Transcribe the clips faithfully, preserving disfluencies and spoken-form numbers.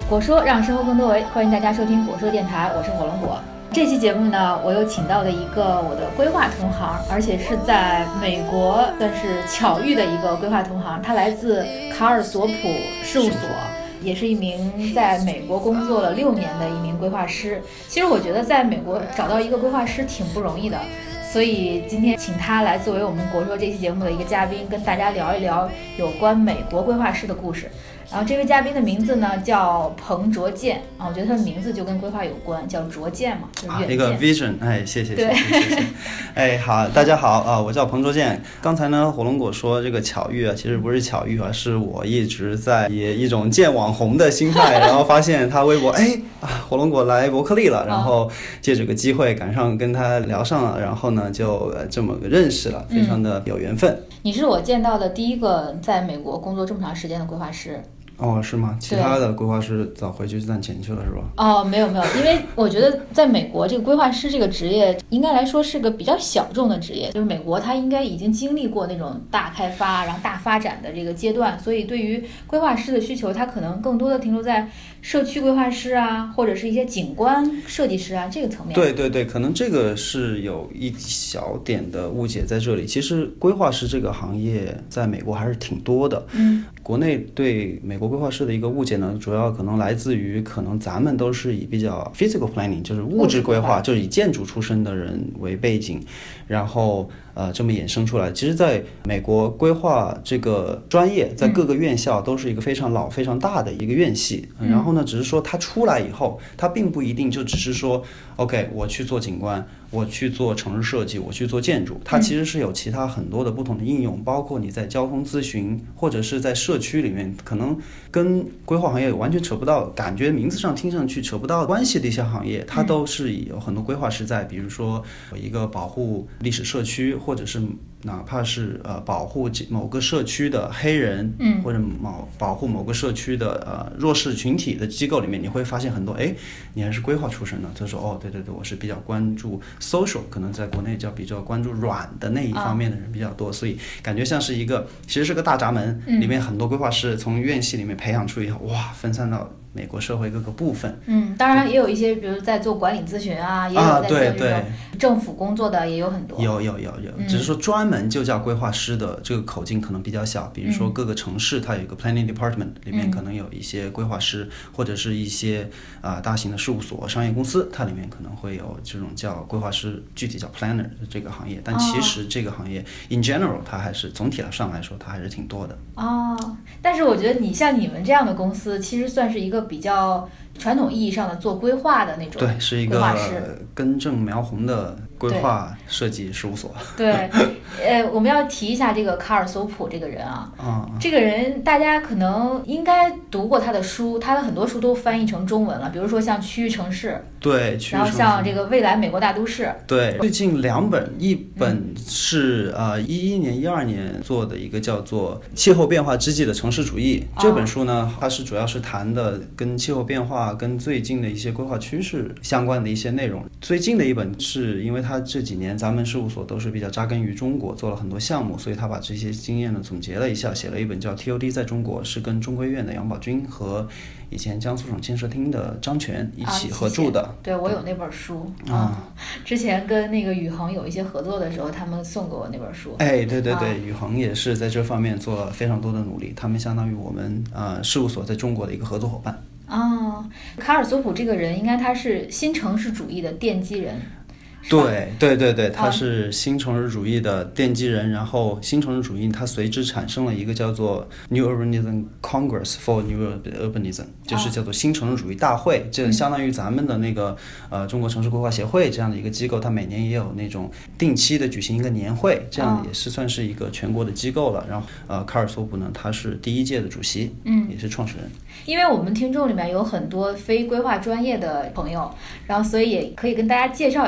果说让生活更多维，欢迎大家收听果说电台，我是火龙果。这期节目呢，我又请到了一个我的规划同行，而且是在美国算是巧遇的一个规划同行，他来自卡尔索普事务所，也是一名在美国工作了六年的一名规划师。其实我觉得在美国找到一个规划师挺不容易的，所以今天请他来作为我们果说这期节目的一个嘉宾，跟大家聊一聊有关美国规划师的故事。然后这位嘉宾的名字呢叫彭卓健啊，我觉得他的名字就跟规划有关，叫卓健嘛，就是远见。 一个 vision， 哎，谢谢谢谢谢谢。哎，好，大家好啊，我叫彭卓健。刚才呢，火龙果说这个巧遇啊，其实不是巧遇啊，是我一直在以一种见网红的心态，然后发现他微博，哎啊，火龙果来伯克利了，然后借这个机会赶上跟他聊上了，然后呢就这么认识了，非常的有缘分。 嗯、你是我见到的第一个在美国工作这么长时间的规划师。 哦，是吗？其他的规划师早回去赚钱去了，是吧？ 哦，没有没有，因为我觉得在美国这个规划师这个职业应该来说是个比较小众的职业，就是美国它应该已经经历过那种大开发然后大发展的这个阶段，所以对于规划师的需求，它可能更多的停留在社区规划师啊，或者是一些景观设计师啊这个层面。 对对对，可能这个是有一小点的误解在这里。其实规划师这个行业在美国还是挺多的。嗯，国内对美国规划师的一个误解呢，主要可能来自于可能咱们都是以比较 physical planning， 就是物质规划，就是以建筑出身的人为背景，然后呃这么衍生出来。其实在美国规划这个专业在各个院校都是一个非常老非常大的一个院系，嗯、然后呢只是说它出来以后，它并不一定就只是说 OK 我去做景观，我去做城市设计，我去做建筑，它其实是有其他很多的不同的应用，包括你在交通咨询或者是在社区里面可能跟规划行业完全扯不到，感觉名字上听上去扯不到关系的一些行业，它都是有很多规划师在，比如说一个保护历史社区，或者是哪怕是呃保护某个社区的黑人，嗯，或者某保护某个社区的呃弱势群体的机构里面，你会发现很多，哎，你还是规划出身的。他说，哦，对对对，我是比较关注 social， 可能在国内叫比较关注软的那一方面的人比较多，所以感觉像是一个其实是个大闸门，里面很多规划师从院系里面培养出以后，哇，分散到美国社会各个部分。 嗯，当然也有一些，比如在做管理咨询啊，也有在做这种政府工作的也有很多。 有有有有，只是说专门就叫规划师的这个口径可能比较小，比如说各个城市它有一个 planning department， 里面可能有一些规划师，或者是一些啊、呃、大型的事务所、商业公司，它里面可能会有这种叫规划师，具体叫 planner 的这个行业。但其实这个行业 in general 它还是总体上来说它还是挺多的。 哦，但是我觉得你像你们这样的公司，其实算是一个比较传统意义上的做规划的那种规划师， 对，是一个根正苗红的规划设计事务所。 对，呃，我们要提一下这个卡尔索普这个人啊， 嗯、 这个人大家可能应该读过他的书，他的很多书都翻译成中文了，比如说像《区域城市》， 对， 然后像这个《未来美国大都市》， 对，最近两本，一本是、嗯、呃一一年、一二年做的一个叫做《气候变化之际的城市主义》，这本书呢，它是主要是谈的跟气候变化、跟最近的一些规划趋势相关的一些内容。最近的一本是因为他这几年咱们事务所都是比较扎根于中国，做了很多项目，所以他把这些经验呢总结了一下，写了一本叫 T O D 在中国，是跟中规院的杨宝军和以前江苏省建设厅的张全一起合著的。 啊、对，我有那本书啊、嗯，之前跟那个宇恒有一些合作的时候，他们送给我那本书。 哎，对对对，啊、宇恒也是在这方面做了非常多的努力，他们相当于我们呃事务所在中国的一个合作伙伴。 哦，卡尔索普这个人，应该他是新城市主义的奠基人。 对对对对，他是新城市主义的奠基人，然后新城市主义它随之产生了一个叫做 New Urbanism Congress for New Urbanism， 就是叫做新城市主义大会，这相当于咱们的那个呃中国城市规划协会这样的一个机构，它每年也有那种定期的举行一个年会，这样也是算是一个全国的机构了。然后呃卡尔索普呢，他是第一届的主席，嗯，也是创始人。 因为我们听众里面有很多非规划专业的朋友，然后所以也可以跟大家介绍一下到底是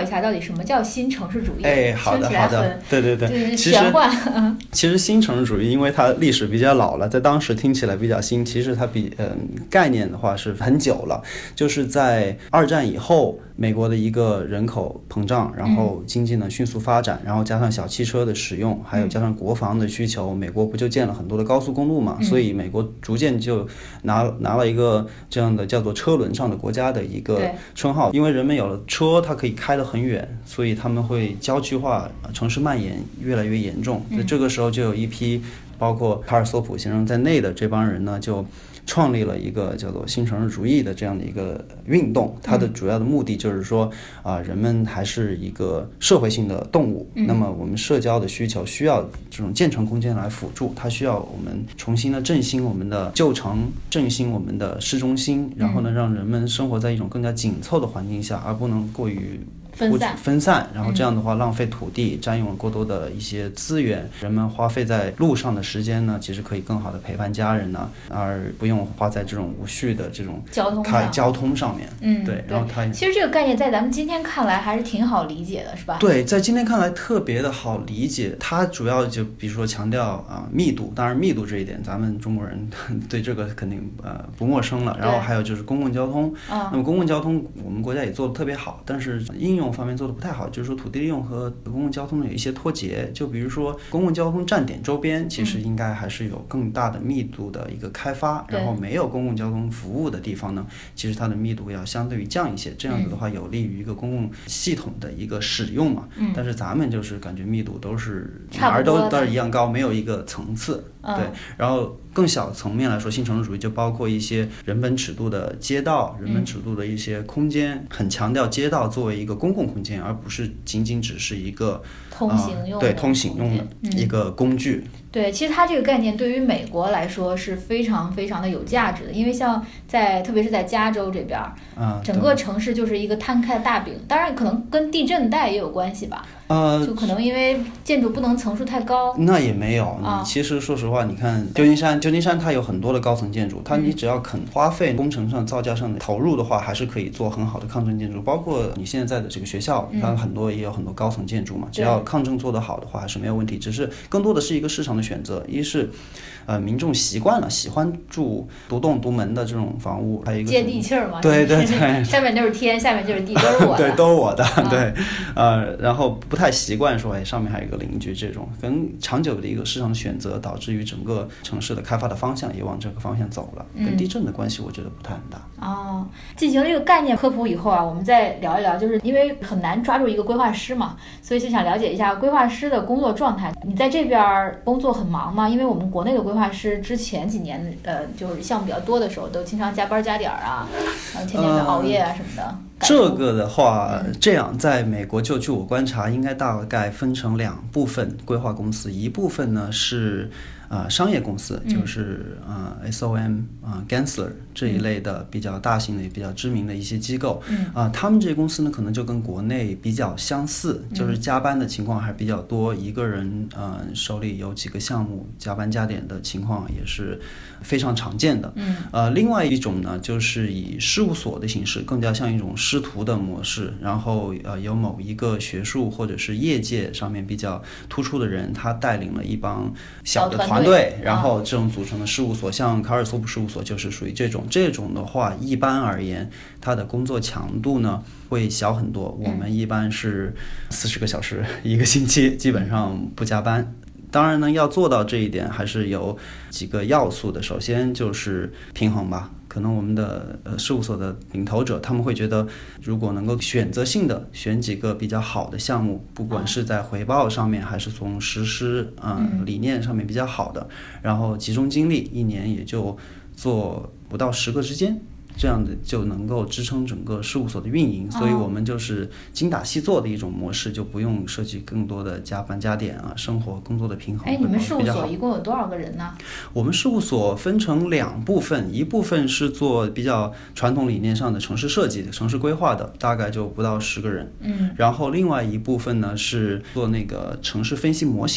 什么叫新城市主义？ 哎，好的好的，对对对， 就是玄幻。 其实新城市主义，因为它历史比较老了，在当时听起来比较新，其实它比嗯、呃、概念的话是很久了，就是在二战以后，美国的一个人口膨胀，然后经济呢迅速发展，然后加上小汽车的使用，还有加上国防的需求，美国不就建了很多的高速公路嘛？嗯、所以美国逐渐就拿拿了一个这样的叫做车轮上的国家的一个称号，因为人们有了车，它可以开得很远，所以他们会郊区化、城市蔓延越来越严重。在、嗯、这个时候，就有一批包括卡尔索普先生在内的这帮人呢，就创立了一个叫做新城市主义的这样的一个运动。它的主要的目的就是说啊、呃，人们还是一个社会性的动物，嗯、那么我们社交的需求需要这种建成空间来辅助，它需要我们重新的振兴我们的旧城，振兴我们的市中心，然后呢，让人们生活在一种更加紧凑的环境下，而不能过于分散分散，然后这样的话浪费土地，占用了过多的一些资源，人们花费在路上的时间呢，其实可以更好的陪伴家人呢，而不用花在这种无序的这种交通开交通上面。 嗯， 对。然后它其实这个概念在咱们今天看来还是挺好理解的，是吧？ 对，在今天看来特别的好理解。它主要就比如说强调啊、呃、密度，当然密度这一点咱们中国人对这个肯定呃不陌生了。然后还有就是公共交通，那么公共交通我们国家也做得特别好，但是应用方面做得不太好，就是说土地利用和公共交通有一些脱节。就比如说公共交通站点周边其实应该还是有更大的密度的一个开发、嗯、然后没有公共交通服务的地方呢，其实它的密度要相对于降一些，这样子的话有利于一个公共系统的一个使用嘛、嗯、但是咱们就是感觉密度都是哪儿都都是一样高，没有一个层次。对，然后更小层面来说，新城市主义就包括一些人本尺度的街道，人本尺度的一些空间、嗯、很强调街道作为一个公共空间，而不是仅仅只是一个通行用的、呃、 对通行用的一个工具、嗯、 对，其实它这个概念对于美国来说是非常非常的有价值的，因为像在特别是在加州这边、啊、整个城市就是一个摊开的大饼，当然可能跟地震带也有关系吧，呃，就可能因为建筑不能层数太高。 那也没有、啊、你其实说实话，你看旧金山，旧金山它有很多的高层建筑，它你只要肯花费工程上造价上的投入的话，还是可以做很好的抗震建筑。包括你现在在的这个学校，它很多也有很多高层建筑嘛，只要抗震做得好的话，还是没有问题。只是更多的是一个市场的选择，一是呃民众习惯了喜欢住独栋独门的这种房屋，还有一个接地气儿嘛， 对对对， 上面就是天，下面就是地，都是我的， 对，都是我的，啊、对，呃，然后不太习惯说，哎，上面还有一个邻居，这种可能长久的一个市场的选择，导致于整个城市的开发的方向也往这个方向走了，跟地震的关系我觉得不太很大。 嗯、哦，进行这个概念科普以后啊，我们再聊一聊，就是因为很难抓住一个规划师嘛，所以就想了解一下规划师的工作状态。你在这边工作很忙吗？因为我们国内的规划师之前几年呃就是项目比较多的时候，都经常加班加点啊，然后天天熬夜啊什么的。呃这个的话，这样在美国就据我观察，应该大概分成两部分规划公司，一部分呢是呃商业公司，就是呃 S O M 啊、呃、Gensler 这一类的比较大型的也比较知名的一些机构，啊、呃，他们这些公司呢可能就跟国内比较相似，就是加班的情况还比较多，一个人呃手里有几个项目，加班加点的情况也是非常常见的。嗯，呃，另外一种呢就是以事务所的形式，更加像一种师徒的模式，然后呃有某一个学术或者是业界上面比较突出的人，他带领了一帮小的团队，然后这种组成的事务所，像卡尔索普事务所就是属于这种。这种的话，一般而言，它的工作强度呢会小很多。我们一般是四十个小时一个星期，基本上不加班。当然呢，要做到这一点，还是有几个要素的。首先就是平衡吧。可能我们的呃事务所的领头者，他们会觉得，如果能够选择性的选几个比较好的项目，不管是在回报上面，还是从实施啊、呃、理念上面比较好的，然后集中精力，一年也就做不到十个之间。这样的就能够支撑整个事务所的运营，所以我们就是精打细做的一种模式，就不用设计更多的加班加点啊，生活工作的平衡。 哎，你们事务所一共有多少个人呢？ 我们事务所分成两部分，一部分是做比较传统理念上的城市设计的、城市规划的，大概就不到十个人。嗯，然后另外一部分呢是做那个城市分析模型的，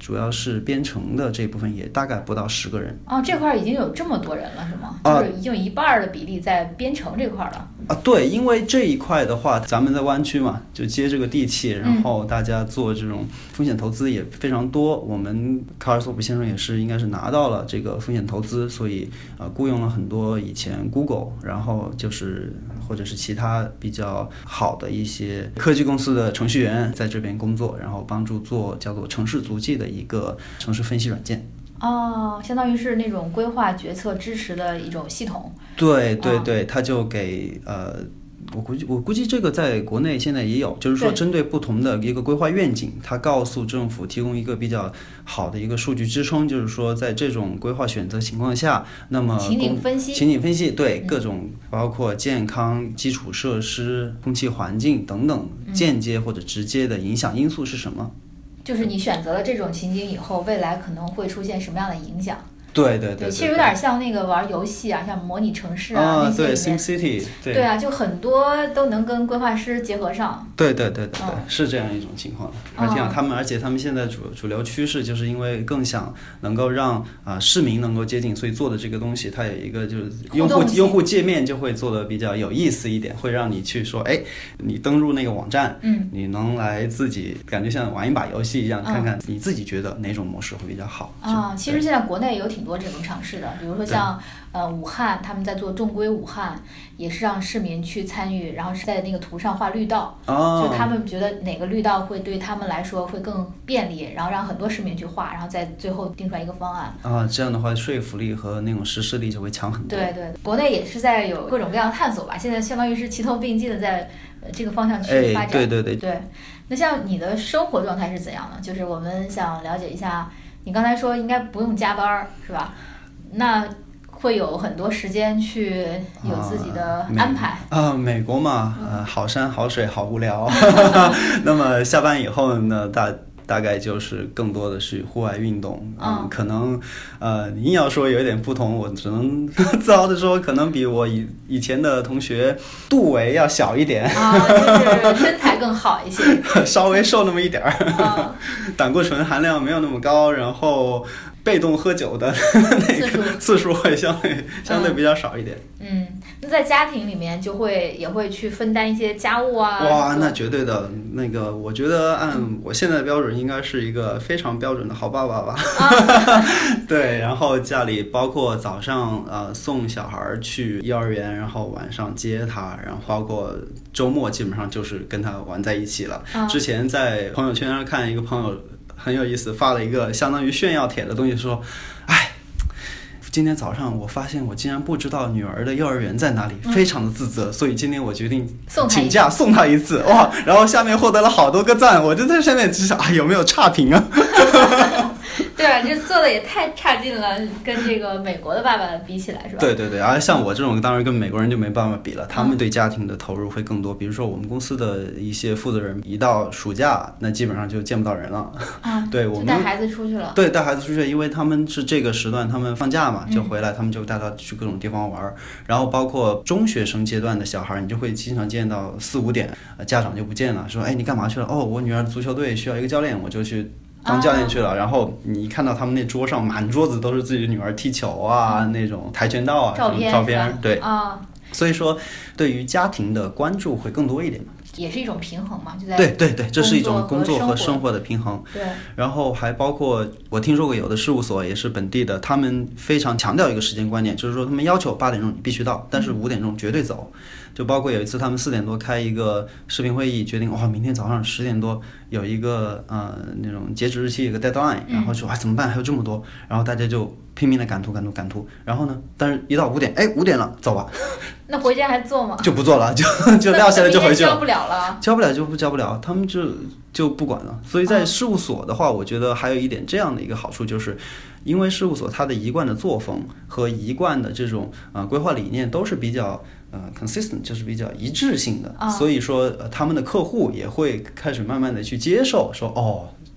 主要是编程的这部分也大概不到十个人。 哦，这块已经有这么多人了是吗？就是已经有一半的比例在编程这块了。 啊，对，因为这一块的话，咱们在湾区嘛，就接这个地气，然后大家做这种风险投资也非常多。我们卡尔索普先生也是应该是拿到了这个风险投资，所以呃雇佣了很多以前 Google， 然后就是或者是其他比较好的一些科技公司的程序员在这边工作，然后帮助做叫做城市足迹的一个城市分析软件。 哦，相当于是那种规划决策支持的一种系统。 对对对，他就给呃，我估计我估计这个在国内现在也有，就是说针对不同的一个规划愿景，他告诉政府提供一个比较好的一个数据支撑，就是说在这种规划选择情况下，那么情景分析， 情景分析对各种包括健康、基础设施、空气环境等等间接或者直接的影响因素是什么。 就是你选择了这种情景以后，未来可能会出现什么样的影响？ 对对 对, 对, 对，其实有点像那个玩游戏啊，像模拟城市啊， 啊那些对 SimCity， 对对啊，就很多都能跟规划师结合上。 对对对对对， 嗯、 是这样一种情况。而且他们，而且他们现在主主流趋势就是因为更想能够让啊、呃、市民能够接近，所以做的这个东西，它有一个就是用户用户界面就会做的比较有意思一点，会让你去说，哎，你登入那个网站， 嗯， 你能来自己感觉像玩一把游戏一样，嗯、看看你自己觉得哪种模式会比较好啊。其实现在国内有挺多这种尝试。比如说像呃武汉，他们在做中规武汉，也是让市民去参与，然后是在那个图上画绿道， 哦、 就他们觉得哪个绿道会对他们来说会更便利，然后让很多市民去画，然后在最后定出来一个方案。 啊，这样的话说服力和那种实施力就会强很多。 对对，国内也是在有各种各样的探索吧，现在相当于是齐头并进的在这个方向去发展。 哎、对对对对。那像你的生活状态是怎样的？就是我们想了解一下，你刚才说应该不用加班是吧？那会有很多时间去有自己的安排啊、呃。美国嘛，呃，好山好水好无聊。那么下班以后呢，大大概就是更多的是户外运动。嗯，嗯可能呃，你硬要说有一点不同，我只能自豪的说，可能比我以以前的同学肚围要小一点。 啊，就是身材更好一些， 稍微瘦那么一点儿。 啊、 胆固醇含量没有那么高，然后。被动喝酒的那个次数会相对相对比较少一点。 嗯，那在家庭里面就会也会去分担一些家务啊。 哇，那绝对的，那个我觉得按我现在的标准，应该是一个非常标准的好爸爸吧。啊、对，然后家里包括早上呃送小孩去幼儿园，然后晚上接他，然后包括周末基本上就是跟他玩在一起了。 啊、 之前在朋友圈上看一个朋友。很有意思，发了一个相当于炫耀帖的东西，说，哎，今天早上我发现我竟然不知道女儿的幼儿园在哪里，非常的自责，嗯、所以今天我决定请假送她一次，哇！然后下面获得了好多个赞，我就在下面只想，啊，有没有差评啊？ 对啊，这做的也太差劲了，跟这个美国的爸爸比起来是吧？ 对对对，而像我这种当然跟美国人就没办法比了，他们对家庭的投入会更多。比如说我们公司的一些负责人，一到暑假，那基本上就见不到人了。 啊， 对，我们带孩子出去了。 对，带孩子出去，因为他们是这个时段，他们放假嘛，就回来，他们就带他去各种地方玩。嗯、然后包括中学生阶段的小孩，你就会经常见到四五点，呃、家长就不见了，说，哎，你干嘛去了？哦，我女儿足球队需要一个教练，我就去。当教练去了，啊、然后你一看到他们那桌上满桌子都是自己女儿踢球啊，嗯、那种跆拳道啊， 照片照片，对啊， 所以说对于家庭的关注会更多一点嘛， 也是一种平衡嘛，就在对对对，这是一种工作和生活的平衡。 对， 然后还包括我听说过有的事务所也是本地的，他们非常强调一个时间观念，就是说他们要求八点钟你必须到，但是五点钟绝对走。就包括有一次他们四点多开一个视频会议，决定哇，明天早上十点多有一个呃那种截止日期，有个 deadline， 然后说啊怎么办，还有这么多，然后大家就拼命的赶图赶图赶图，然后呢，但是一到五点，哎五点了，走吧。 那回家还做吗？ 就不做了，就就撂下来就回去了。 交不了了， 交不了就不交不了，他们就就不管了。所以在事务所的话，我觉得还有一点这样的一个好处，就是因为事务所它的一贯的作风和一贯的这种呃规划理念都是比较呃 consistent， 就是比较一致性的， 啊、 所以说、呃、他们的客户也会开始慢慢的去接受，说哦。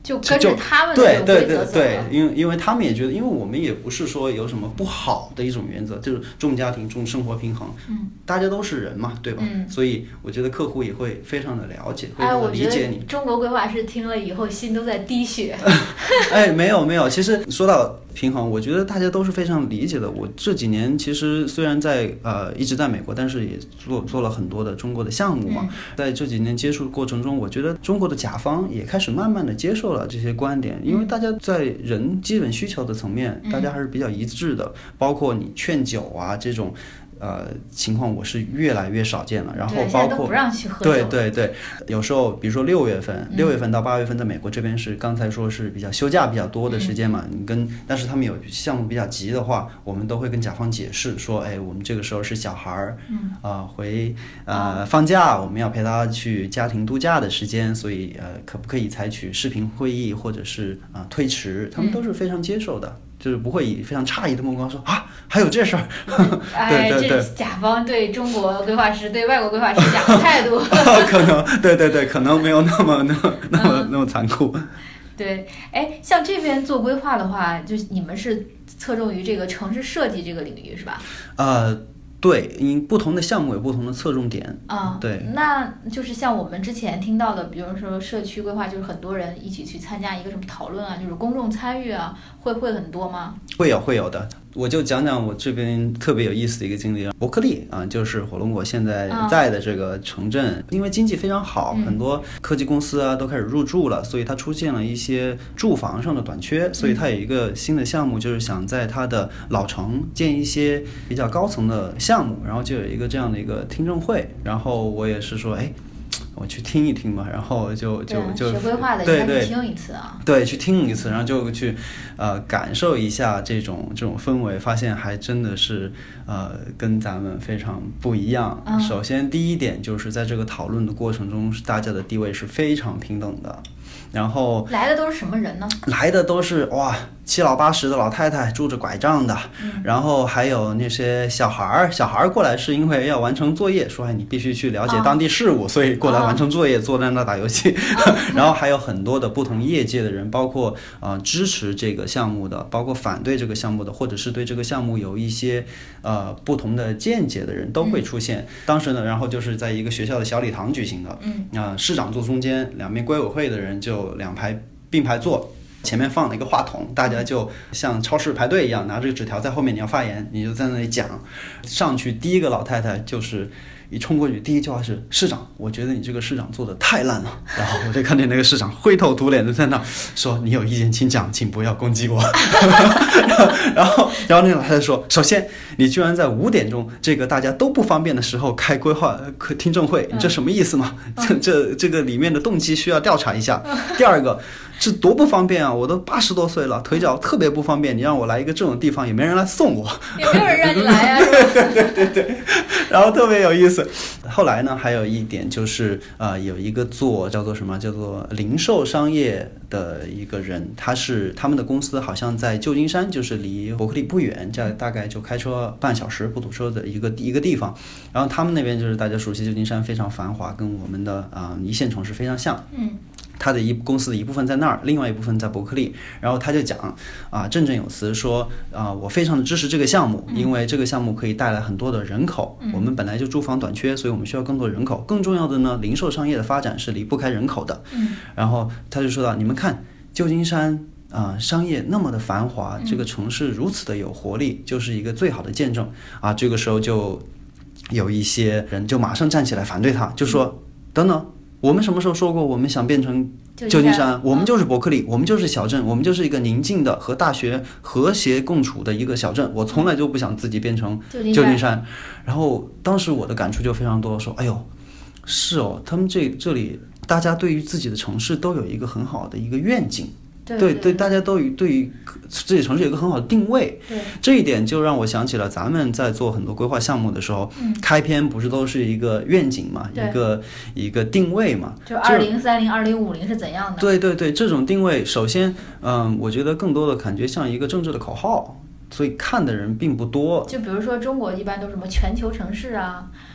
就跟着他们的对对对规则走对， 了。 因为因为他们也觉得，因为我们也不是说有什么不好的一种原则，就是重家庭重生活平衡， 嗯， 大家都是人嘛，对吧？ 嗯， 所以我觉得客户也会非常的了解，会哎， 非常我觉的理解你。 得中国规划师听了以后心都在滴血。 哎，没有没有，其实说到平衡，我觉得大家都是非常理解的。我这几年其实虽然在呃一直在美国，但是也做做了很多的中国的项目嘛。 嗯、 在这几年接触过程中，我觉得中国的甲方也开始慢慢的接受了这些观点，因为大家在人基本需求的层面，大家还是比较一致的，包括你劝酒啊这种。呃，情况我是越来越少见了，然后包括不让去喝酒， 对对对，有时候比如说六月份，六、嗯、月份到八月份，在美国这边是刚才说是比较休假比较多的时间嘛，嗯、你跟但是他们有项目比较急的话，我们都会跟甲方解释说，哎，我们这个时候是小孩儿，嗯啊、呃、回呃、哦、放假，我们要陪他去家庭度假的时间，所以呃可不可以采取视频会议或者是啊、呃、推迟，他们都是非常接受的。嗯，就是不会以非常诧异的目光说啊，还有这事儿。 哎， 对对对， 这甲方对中国规划师、对外国规划师讲的态度， 可能对对对，可能没有那么那么那么、嗯、那么残酷。 对，哎，像这边做规划的话，就是你们是侧重于这个城市设计这个领域是吧？ 呃。对，因不同的项目有不同的侧重点啊、嗯。 对， 那就是像我们之前听到的，比如说社区规划，就是很多人一起去参加一个什么讨论啊，就是公众参与啊，会会很多吗？ 会有会有的。我就讲讲我这边特别有意思的一个经历。伯克利啊，就是火龙果现在在的这个城镇，嗯、因为经济非常好，很多科技公司啊都开始入驻了，所以它出现了一些住房上的短缺，所以它有一个新的项目，就是想在它的老城建一些比较高层的项目，然后就有一个这样的一个听证会，然后我也是说，哎。我去听一听吧，然后就就就学规划的应该去听一次啊， 对，去听一次，然后就去呃感受一下这种这种氛围，发现还真的是呃跟咱们非常不一样。 嗯、 首先第一点就是在这个讨论的过程中，大家的地位是非常平等的。然后来的都是什么人呢？ 来的都是哇七老八十的老太太，拄着拐杖的、 嗯， 然后还有那些小孩儿，小孩儿过来是因为要完成作业，说哎你必须去了解当地事务，哦、所以过来完成作业，哦、坐在那打游戏。哦、然后还有很多的不同业界的人，包括呃支持这个项目的，包括反对这个项目的，或者是对这个项目有一些呃不同的见解的人都会出现。嗯、当时呢，然后就是在一个学校的小礼堂举行的， 嗯啊、呃、市长坐中间，两边规委会的人就两排并排坐，前面放了一个话筒，大家就像超市排队一样，拿着个纸条在后面，你要发言，你就在那里讲。上去第一个老太太就是一冲过去，第一句话是市长，我觉得你这个市长做的太烂了。然后我就看见那个市长灰头土脸的在那说，你有意见请讲，请不要攻击我。然后然后那个老太太说，首先你居然在五点钟这个大家都不方便的时候开规划听证会，你这什么意思嘛？ 嗯、 这这这个里面的动机需要调查一下。嗯、第二个，这多不方便啊！我都八十多岁了，腿脚特别不方便，你让我来一个这种地方，也没人来送我， 也没有人让你来啊。 对对对对，然后特别有意思。后来呢，还有一点就是呃，有一个做叫做什么叫做零售商业的一个人，他是他们的公司好像在旧金山，就是离伯克利不远，这大概就开车半小时不堵车的一个一个地方。然后他们那边就是大家熟悉，旧金山非常繁华，跟我们的啊、呃、一线城市非常像。 嗯。 他的一公司的一部分在那儿，另外一部分在伯克利。然后他就讲啊，振振有词说啊，我非常的支持这个项目，因为这个项目可以带来很多的人口。 嗯、 我们本来就住房短缺，所以我们需要更多人口。更重要的呢，零售商业的发展是离不开人口的。 嗯、 然后他就说到，你们看旧金山啊、呃，商业那么的繁华，这个城市如此的有活力，就是一个最好的见证啊。这个时候就有一些人就马上站起来反对他，就说等等。我们什么时候说过我们想变成旧金山？我们就是伯克利，我们就是小镇，我们就是一个宁静的和大学和谐共处的一个小镇。我从来就不想自己变成旧金山。然后当时我的感触就非常多，说哎呦，是哦，他们这这里大家对于自己的城市都有一个很好的一个愿景。 对 对, 对，大家都有对于自己城市有一个很好的定位。 对， 这一点就让我想起了咱们在做很多规划项目的时候， 嗯、 开篇不是都是一个愿景嘛，一个一个定位嘛， 就二零三零、二零五零是怎样的？ 对对对，这种定位，首先，嗯，我觉得更多的感觉像一个政治的口号，所以看的人并不多。 就比如说中国一般都是什么全球城市啊。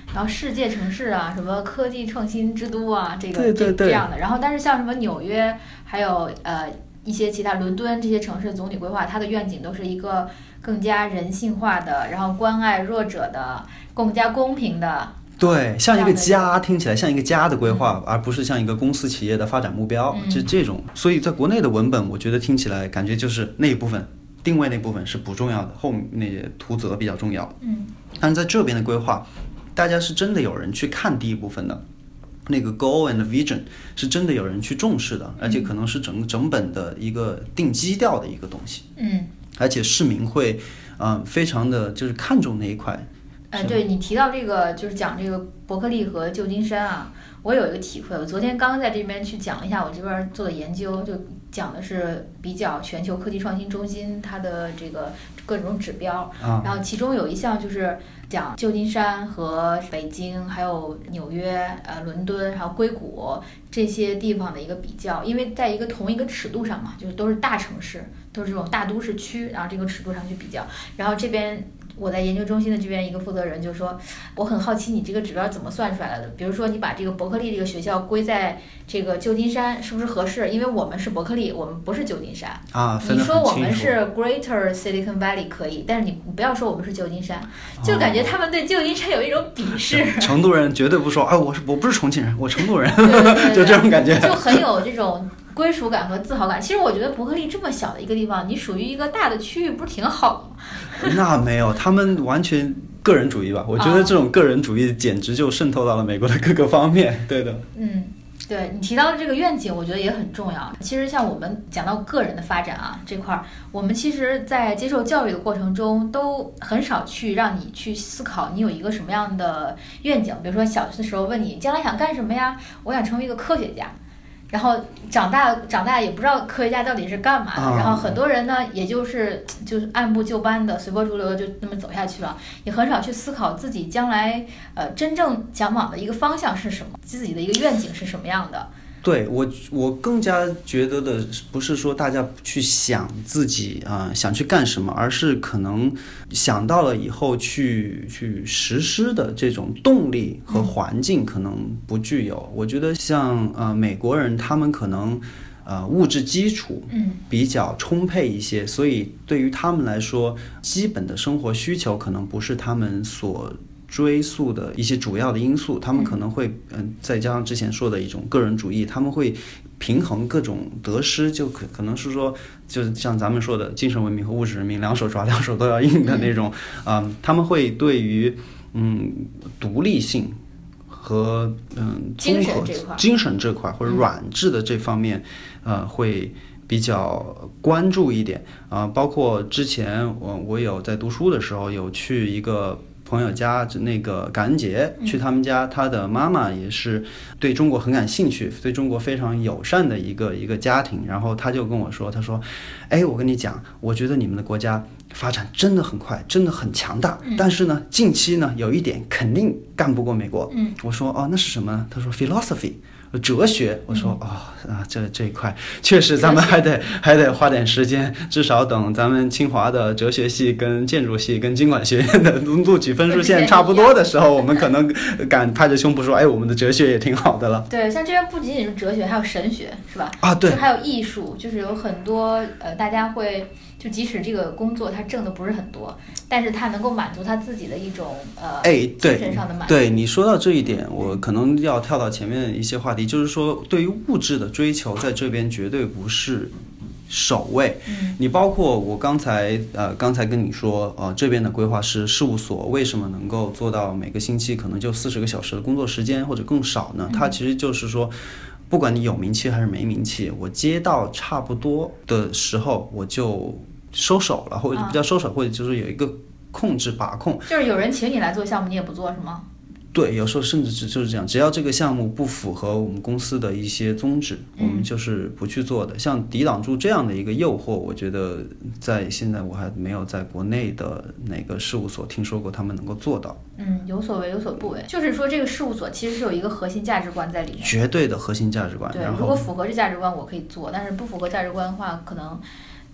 然后世界城市啊，什么科技创新之都啊，这个对对对这这样的。然后但是像什么纽约，还有呃一些其他伦敦这些城市总体规划，它的愿景都是一个更加人性化的，然后关爱弱者的，更加公平的。 对，像一个家，听起来像一个家的规划，而不是像一个公司企业的发展目标， 嗯、 就这种。所以在国内的文本，我觉得听起来感觉就是那一部分定位那部分是不重要的，后面那些图则比较重要。 嗯， 但是在这边的规划，大家是真的有人去看第一部分的。那个 goal and vision 是真的有人去重视的，而且可能是整整本的一个定基调的一个东西。 嗯， 而且市民会，嗯、呃，非常的就是看重那一块。 呃，对你提到这个，就是讲这个伯克利和旧金山啊，我有一个体会。我昨天刚在这边去讲一下我这边做的研究，就讲的是比较全球科技创新中心它的这个各种指标， 啊、 然后其中有一项就是讲旧金山和北京，还有纽约、呃伦敦，还有硅谷这些地方的一个比较，因为在一个同一个尺度上嘛，就是都是大城市，都是这种大都市区，然后这个尺度上去比较，然后这边。我在研究中心的这边一个负责人就说，我很好奇你这个指标怎么算出来的？比如说你把这个伯克利这个学校归在这个旧金山是不是合适？因为我们是伯克利，我们不是旧金山啊。 你说我们是 Greater Silicon Valley 可以，但是你不要说我们是旧金山，就感觉他们对旧金山有一种鄙视。 哦、成都人绝对不说，哎，我是我不是重庆人，我成都人， 对对对对就这种感觉， 就很有这种归属感和自豪感。其实我觉得伯克利这么小的一个地方，你属于一个大的区域，不是挺好的吗？ 那没有，他们完全个人主义吧？我觉得这种个人主义简直就渗透到了美国的各个方面。对的， 嗯，对你提到的这个愿景，我觉得也很重要。其实像我们讲到个人的发展啊这块儿，我们其实在接受教育的过程中，都很少去让你去思考你有一个什么样的愿景。比如说小的时候问你将来想干什么呀？我想成为一个科学家。然后长大长大也不知道科学家到底是干嘛的， 啊、 然后很多人呢，也就是就是按部就班的随波逐流的就那么走下去了，也很少去思考自己将来呃真正想往的一个方向是什么，自己的一个愿景是什么样的。 对我，我更加觉得的不是说大家去想自己啊、呃、想去干什么，而是可能想到了以后去去实施的这种动力和环境可能不具有。嗯、我觉得像呃美国人，他们可能呃物质基础比较充沛一些，嗯、所以对于他们来说，基本的生活需求可能不是他们所追溯的一些主要的因素，他们可能会嗯，再加上之前说的一种个人主义，他们会平衡各种得失，就可可能是说，就是像咱们说的精神文明和物质文明两手抓两手都要硬的那种，嗯，他们会对于嗯独立性和嗯综合精神这块或者软质的这方面，呃会比较关注一点啊、呃，包括之前我我有在读书的时候有去一个朋友家，那个感恩节去他们家，他的妈妈也是对中国很感兴趣，对中国非常友善的一个一个家庭。然后他就跟我说，他说：“哎，我跟你讲，我觉得你们的国家发展真的很快，真的很强大。但是呢，近期呢有一点肯定干不过美国。”嗯，我说：“哦，那是什么呢？”他说 ：“philosophy。”哲学，我说哦啊，这这一块确实咱们还得还得花点时间，至少等咱们清华的哲学系跟建筑系跟经管学院的录取分数线差不多的时候，我们可能敢拍着胸脯说，哎，我们的哲学也挺好的了。 对，像这边不仅仅是哲学，还有神学，是吧？ 啊，对， 还有艺术，就是有很多呃，大家会。就即使这个工作他挣的不是很多，但是他能够满足他自己的一种呃哎精神上的满足。 对你说到这一点，我可能要跳到前面一些话题，就是说对于物质的追求，在这边绝对不是首位。 嗯， 你包括我刚才呃刚才跟你说，呃这边的规划师事务所为什么能够做到每个星期可能就四十个小时的工作时间或者更少呢？它其实就是说。不管你有名气还是没名气，我接到差不多的时候我就收手了，或者不叫收手，或者就是有一个控制把控。 就是有人请你来做项目，你也不做是吗？ 对，有时候甚至就是这样，只要这个项目不符合我们公司的一些宗旨，我们就是不去做的。像抵挡住这样的一个诱惑，我觉得在现在我还没有在国内的哪个事务所听说过他们能够做到。 嗯，有所为有所不为，就是说这个事务所其实是有一个核心价值观在里面， 绝对的核心价值观。 对， 然后如果符合这价值观我可以做，但是不符合价值观的话，可能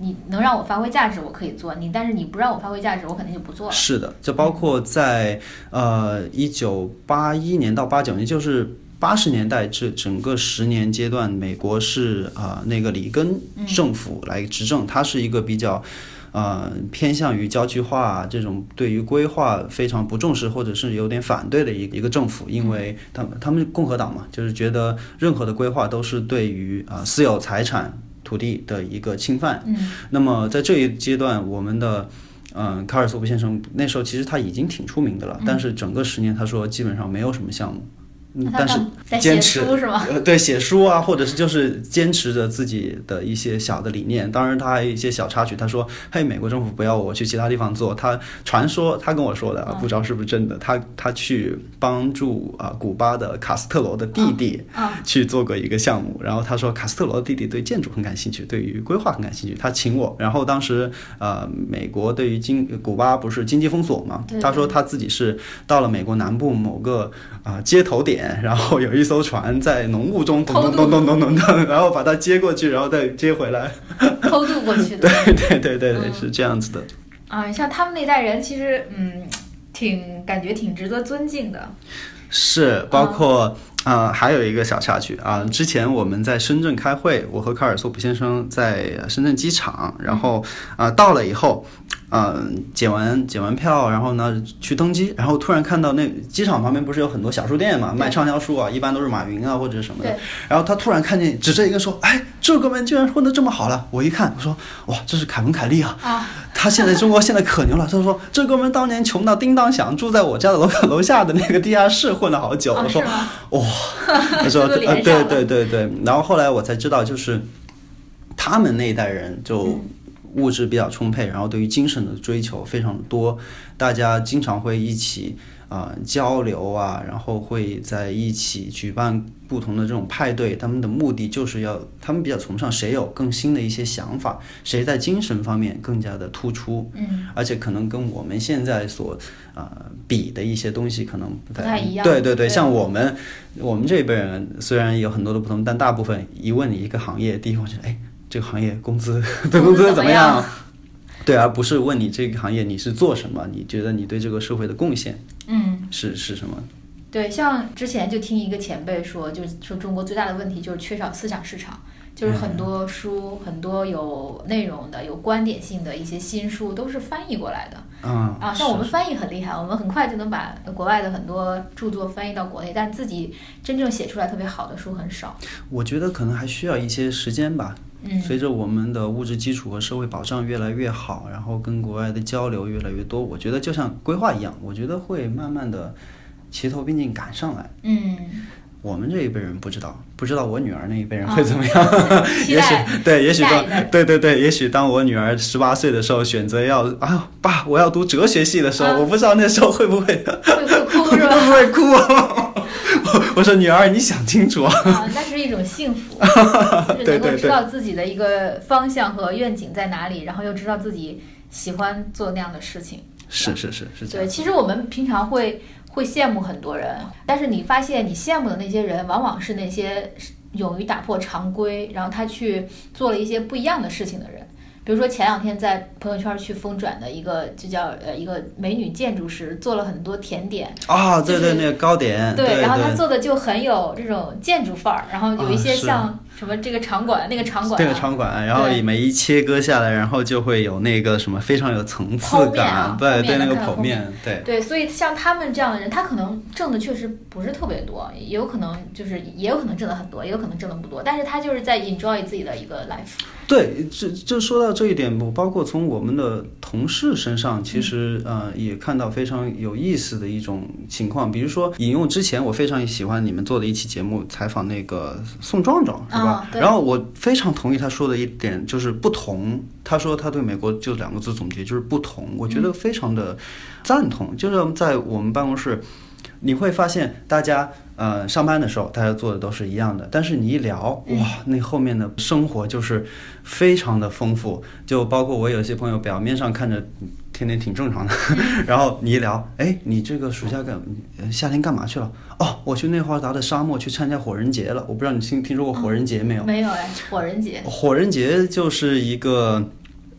你能让我发挥价值，我可以做你，但是你不让我发挥价值，我肯定就不做了。 是的，就包括在、嗯、呃一九八一年到八九年，就是八十年代这整个十年阶段，美国是啊、呃、那个里根政府来执政，它是一个比较。呃，偏向于郊区化这种对于规划非常不重视，或者是有点反对的一个一个政府，因为他们他们共和党嘛，就是觉得任何的规划都是对于啊、呃、私有财产土地的一个侵犯。 嗯， 那么在这一阶段，我们的嗯、呃、卡尔索普先生那时候其实他已经挺出名的了，嗯、但是整个十年他说基本上没有什么项目。嗯，但是坚持呃对写书啊，或者是就是坚持着自己的一些小的理念。当然，他还有一些小插曲。他说：“嘿，美国政府不要我去其他地方做。”他传说他跟我说的，啊、不知道是不是真的。他他去帮助啊、呃、古巴的卡斯特罗的弟弟去做过一个项目。然后他说卡斯特罗的弟弟对建筑很感兴趣，对于规划很感兴趣，他请我。然后当时呃美国对于经古巴不是经济封锁嘛？他说他自己是到了美国南部某个啊、呃、街头点。然后有一艘船在浓雾中咚咚咚咚咚咚咚，然后把它接过去，然后再接回来， 偷渡过去的。 对对对对对、嗯，是这样子的。 啊，像他们那代人，其实嗯，挺感觉挺值得尊敬的。 是，包括啊、呃，还有一个小插曲啊、呃，之前我们在深圳开会，我和卡尔索普先生在深圳机场，然后啊、呃、到了以后。嗯，检完检完票，然后呢去登机，然后突然看到那机场旁边不是有很多小书店嘛，卖畅销书啊，一般都是马云啊或者什么的。然后他突然看见，指着一个说：“哎，这哥们居然混得这么好了！”我一看，我说：“哇，这是凯文凯利啊！啊他现在中国现在可牛了。”他说：“这哥们当年穷到叮当响，住在我家的楼楼下的那个地下室混了好久。”我说：“哇！”他说：“呃，对对对对。”然后后来我才知道，就是他们那一代人就。嗯物质比较充沛，然后对于精神的追求非常的多，大家经常会一起啊、呃、交流啊，然后会在一起举办不同的这种派对，他们的目的就是要他们比较崇尚谁有更新的一些想法，谁在精神方面更加的突出， 嗯， 而且可能跟我们现在所啊、呃、比的一些东西可能不太, 不太一样， 对对对，像我们我们这一辈人虽然有很多的不同，但大部分一问你一个行业，第一个就是哎。这个行业工资对工资怎么样？对，而不是问你这个行业你是做什么，你觉得你对这个社会的贡献， 嗯， 是是什么？ 对，像之前就听一个前辈说，就是说中国最大的问题就是缺少思想市场，就是很多书、嗯、很多有内容的、有观点性的一些新书都是翻译过来的。 嗯啊，像我们翻译很厉害，我们很快就能把国外的很多著作翻译到国内，但自己真正写出来特别好的书很少。 我觉得可能还需要一些时间吧。 嗯， 随着我们的物质基础和社会保障越来越好，然后跟国外的交流越来越多，我觉得就像规划一样，我觉得会慢慢的齐头并进赶上来。 嗯， 我们这一辈人不知道，不知道我女儿那一辈人会怎么样。 哦、 也许对，也许说对对对，也许当我女儿十八岁的时候，选择要啊爸，我要读哲学系的时候，啊、我不知道那时候会不会会会哭是吧？ 会不会哭啊？我说女儿，你想清楚啊！ 啊，那是一种幸福，就是能够知道自己的一个方向和愿景在哪里，然后又知道自己喜欢做那样的事情。 是是是是这样。 对，其实我们平常会会羡慕很多人，但是你发现你羡慕的那些人，往往是那些勇于打破常规，然后他去做了一些不一样的事情的人。比如说前两天在朋友圈去疯转的一个，就叫呃一个美女建筑师，做了很多甜点啊、哦，对对，那个糕点， 对， 对然后她做的就很有这种建筑范儿，然后有一些像什么这个场馆、啊、那个场馆、啊， 这个场馆，然后每一切割下来，然后就会有那个什么非常有层次感， 啊、 对对，那个剖面，对对，所以像他们这样的人，他可能挣的确实不是特别多，也有可能就是也有可能挣的很多，也有可能挣的不多，但是他就是在 enjoy 自己的一个 life。 对，这就说到这一点，包括从我们的同事身上，其实、嗯、呃也看到非常有意思的一种情况。比如说，引用之前我非常喜欢你们做的一期节目，采访那个宋壮壮，是吧？ 哦、 然后我非常同意他说的一点，就是不同。他说他对美国就两个字总结，就是不同。我觉得非常的赞同。嗯、就是在我们办公室，你会发现大家。呃，上班的时候大家做的都是一样的，但是你一聊，哇，那后面的生活就是非常的丰富。就包括我有些朋友表面上看着天天挺正常的，然后你一聊，哎，你这个暑假干夏天干嘛去了？哦，我去内华达的沙漠去参加火人节了。我不知道你听听说过火人节没有？ 没有哎，火人节。 火人节就是一个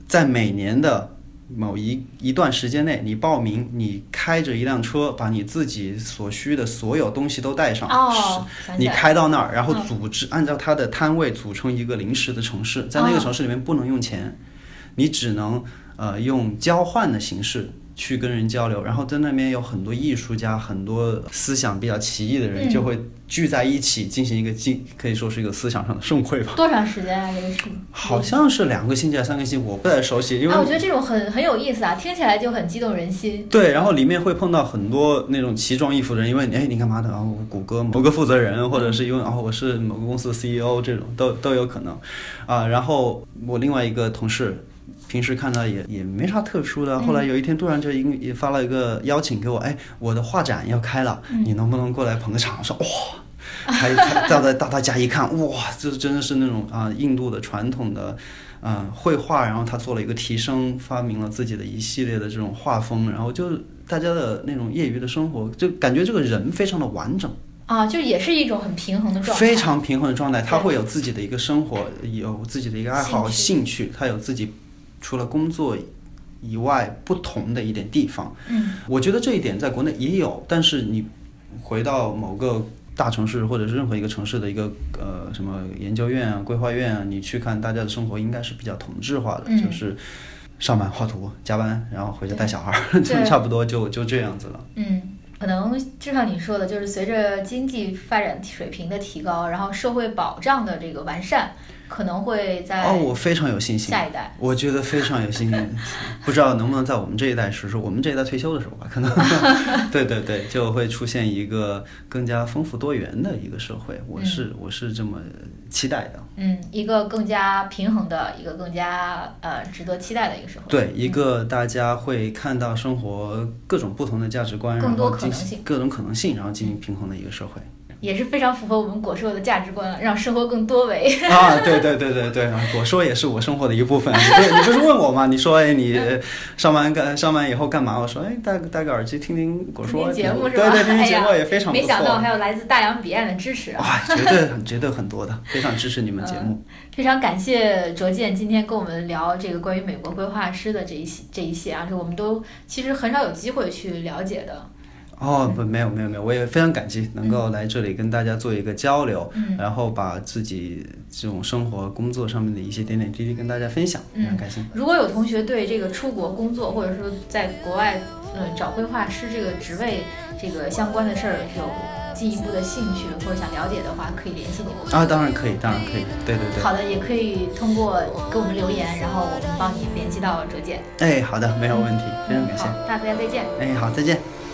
在每年的某一一段时间内，你报名，你开着一辆车，把你自己所需的所有东西都带上， 哦， 你开到那儿，然后组织、嗯、按照它的摊位组成一个临时的城市，在那个城市里面不能用钱，哦、你只能呃用交换的形式去跟人交流，然后在那边有很多艺术家，很多思想比较奇异的人就会聚在一起进行一个进，可以说是一个思想上的盛会吧。 多长时间啊？这个是好像是两个星期还是三个星期，我不太熟悉。因为、 啊、我觉得这种很很有意思啊，听起来就很激动人心。 对，然后里面会碰到很多那种奇装异服的人，因为哎你干嘛的啊？我谷歌某个负责人，或者是因为啊、哦、我是某个公司的 C E O， 这种都都有可能啊。然后我另外一个同事。平时看到也也没啥特殊的，后来有一天突然就也发了一个邀请给我，哎，我的画展要开了，你能不能过来捧个场？说哇，才才大大大家一看，哇，这真的是那种啊、呃、印度的传统的啊、呃、绘画，然后他做了一个提升，发明了自己的一系列的这种画风，然后就大家的那种业余的生活，就感觉这个人非常的完整。 啊，就也是一种很平衡的状态， 非常平衡的状态，他会有自己的一个生活，有自己的一个爱好、兴趣，他有自己。除了工作以外不同的一点地方， 嗯， 我觉得这一点在国内也有，但是你回到某个大城市或者是任何一个城市的一个呃什么研究院啊、规划院啊，你去看大家的生活应该是比较同质化的， 嗯、 就是上班画图、加班，然后回家带小孩，就差不多就就这样子了。 嗯。可能就像你说的，就是随着经济发展水平的提高，然后社会保障的这个完善，可能会在哦，我非常有信心。 下一代， 我觉得非常有信心，不知道能不能在我们这一代时说，我们这一代退休的时候吧，可能对对对，就会出现一个更加丰富多元的一个社会。我是、嗯、我是这么期待的。 嗯，一个更加平衡的，一个更加呃值得期待的一个社会。 对，一个大家会看到生活各种不同的价值观， 更多可能性， 各种可能性，然后进行平衡的一个社会。 也是非常符合我们果硕的价值观了，让生活更多维啊！对对对对对，果硕也是我生活的一部分。你不你不是问我吗？你说哎，你上班干上班以后干嘛？我说哎，戴戴个耳机听听果硕节目是吧？ 对对，听听节目也非常不错。 没想到还有来自大洋彼岸的支持啊！ 哇，绝对绝对很多的，非常支持你们节目。 嗯、非常感谢卓健今天跟我们聊这个关于美国规划师的这一些这一些啊，这我们都其实很少有机会去了解的。 哦，不，没有没有没有，我也非常感激能够来这里跟大家做一个交流， 嗯、 然后把自己这种生活工作上面的一些点点滴滴跟大家分享，非常开心。 如果有同学对这个出国工作或者说在国外嗯找规划师这个职位这个相关的事儿有进一步的兴趣或者想了解的话，可以联系你们啊，当然可以，当然可以，对对对。 好的，也可以通过给我们留言，然后我们帮你联系到卓健。 哎，好的，没有问题，非常感谢。 好，大家再见。 哎，好，再见。